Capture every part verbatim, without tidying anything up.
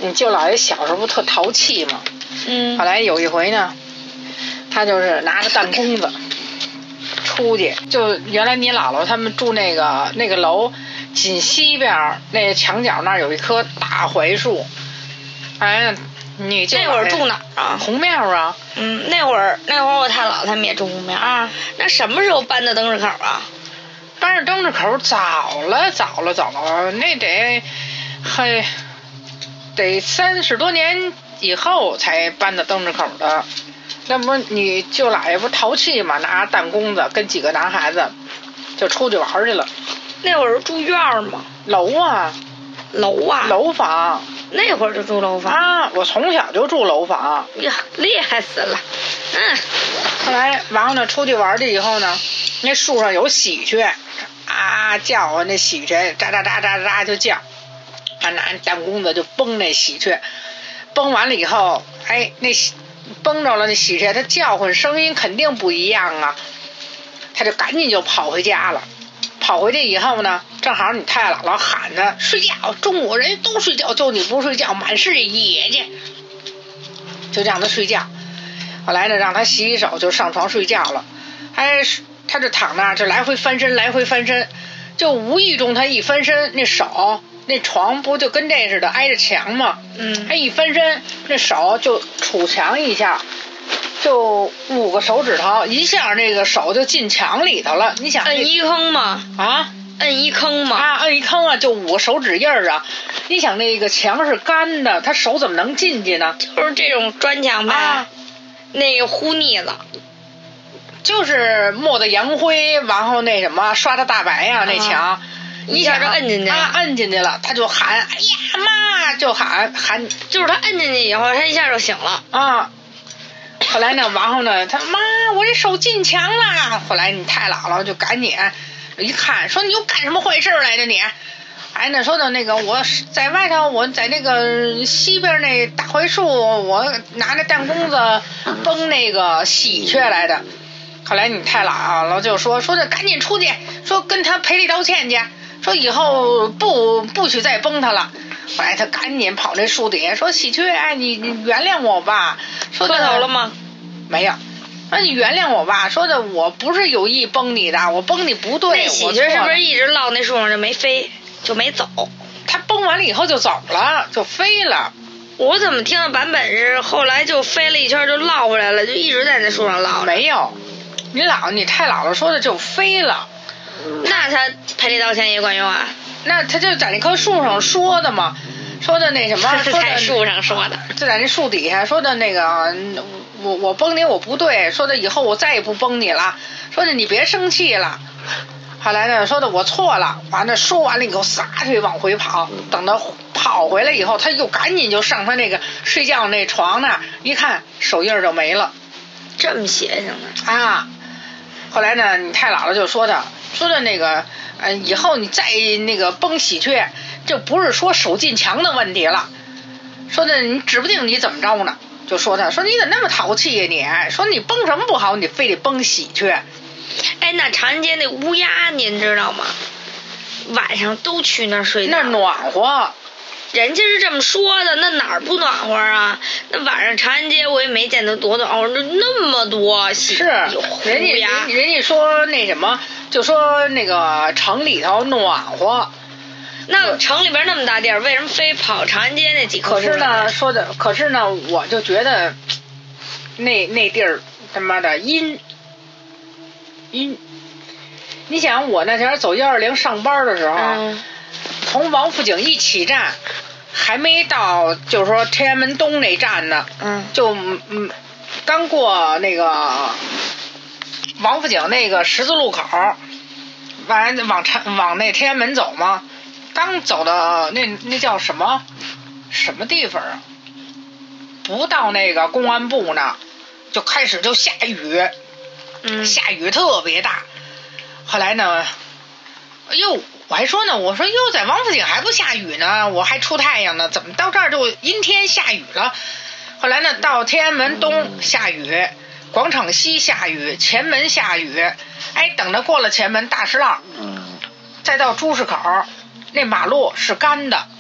你舅姥爷小时候不特淘气吗？ 嗯。 后来有一回呢，他就是拿着弹弓子出去，就原来你姥姥他们住那个那个楼，紧西边那墙角那儿有一棵大槐树。哎，你那会儿住哪儿啊？ 红庙啊。 嗯，那会儿那会儿我太姥他们也住红庙啊。 那什么时候搬的灯市口啊？ 搬着灯市口早了，早了，早了，那得还得三十多年以后才搬到灯市口的。那不你舅姥爷不淘气嘛，拿弹弓子跟几个男孩子就出去玩去了。 那会儿住院吗？ 楼啊。 楼啊。 楼房。 那会儿就住楼房啊！我从小就住楼房。 呀，厉害死了。嗯。 后来，然后呢，出去玩去以后呢，那树上有喜鹊，啊叫啊，那喜鹊喳喳喳喳喳就叫，他拿弹弓子就崩那喜鹊，崩完了以后，哎，那崩着了那喜鹊，它叫唤声音肯定不一样啊，他就赶紧就跑回家了。跑回去以后呢，正好你太姥姥喊他睡觉，中午人都睡觉，就你不睡觉，满世界野去，就让他睡觉。后来呢，让他洗洗手，就上床睡觉了。哎，他就躺那儿，就来回翻身，来回翻身，就无意中他一翻身，那手那床不就跟这似的挨着墙吗？ 嗯。 他一翻身，那手就杵墙一下。就五个手指头一下，那个手就进墙里头了。你想摁一坑吗？ 啊， 摁一坑吗？ 啊，摁一坑啊，就五个手指印儿啊。你想那个墙是干的，他手怎么能进去呢？ 就是这种砖墙呗。啊，那个糊腻子， 就是抹的洋灰，然后那什么刷的大白呀、啊，那墙。 一下就摁进去了， 啊，摁进去了，他就喊，哎呀妈，就喊喊， 就是他摁进去以后，他一下就醒了啊。后来呢，然后呢，他妈，我这手进墙了。后来你太姥姥就赶紧一看，说你又干什么坏事来着你？哎，那说的那个我在外头，我在那个西边那大槐树，我拿着弹弓子崩那个喜鹊来的。后来你太姥姥就说说的赶紧出去，说跟他赔礼道歉去，说以后不不许再崩他了。后来他赶紧跑那树底下说喜鹊，你你原谅我吧。说磕头了吗？ 没有。说你原谅我吧，说的我不是有意崩你的，我崩你不对。 那喜鹊是不是一直落那树上就没飞，就没走？ 他崩完了以后就走了，就飞了。 我怎么听的版本是后来就飞了一圈就落回来了，就一直在那树上落。 没有，你姥你太姥姥说的就飞了。 那他赔礼道歉也管用啊？ 那他就在那棵树上说的嘛，说的那什么， 是在树上说的， 就在那树底下说的那个，我我崩你我不对，说的以后我再也不崩你了，说的你别生气了。后来呢，说的我错了，完了说完了以后撒腿往回跑，等他跑回来以后，他又赶紧就上他那个睡觉那床那儿，一看手印就没了。 这么邪性的啊！后来呢，你太姥姥就说的，说的那个，呃，以后你再那个崩喜鹊，就不是说手进墙的问题了，说的你指不定你怎么着呢，就说他说你怎么那么淘气呀、啊、你，说你崩什么不好，你非得崩喜鹊。 哎，那长安街那乌鸦您知道吗？晚上都去那儿睡觉， 那暖和。 人家是这么说的，那哪儿不暖和啊？那晚上长安街我也没见得多暖和，那那么多喜是人家人家说那什么，就说那个城里头暖和。 那城里边那么大地儿，为什么非跑长安街那几棵树？ 可是呢，说的可是呢，我就觉得那那地儿他妈的阴阴。你想我那天走幺二零上班的时候， 嗯、 从王府井一起站，还没到就是说天安门东那站呢， 嗯， 就嗯刚过那个王府井那个十字路口，完往长往那天安门走嘛，刚走到那那叫什么什么地方啊？不到那个公安部呢，就开始就下雨， 嗯， 下雨特别大。后来呢，哎呦，我还说呢，我说哟，在王府井还不下雨呢，我还出太阳呢，怎么到这儿就阴天下雨了？后来呢，到天安门东下雨，广场西下雨，前门下雨，哎，等着过了前门大石浪，再到朱市口，那马路是干的。后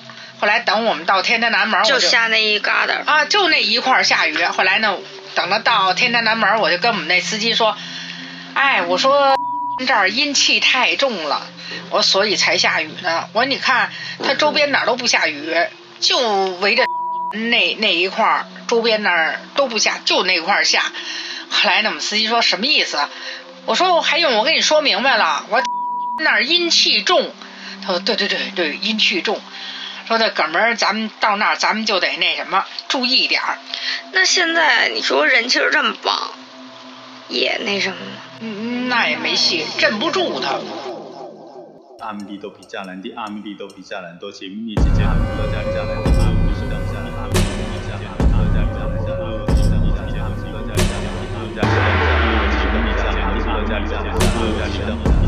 后来等我们到天坛南门， 就下那一疙瘩啊，就那一块下雨。后来呢，等到到天坛南门，我就跟我们那司机说，哎，我说这儿阴气太重了，我所以才下雨呢。我说你看，它周边哪儿都不下雨，就围着那那一块周边那儿都不下，就那块下。后来呢，我们司机说什么意思？我说还用我跟你说明白了，我那儿阴气重。他说对对对对，阴气重。说这哥们儿，咱们到那儿咱们就得那什么，注意点儿。 那现在你说人气儿这么旺，也那什么吗？ 嗯，那也没戏，镇不住他。 阿米利多比加兰的阿米利多比加兰多请密切接触多加加兰的阿米利多比加兰阿米利多比加兰多加加兰多加加兰多加加兰多加加兰多加加兰多加加兰多加加兰多加加兰多加加兰多加加兰多加加兰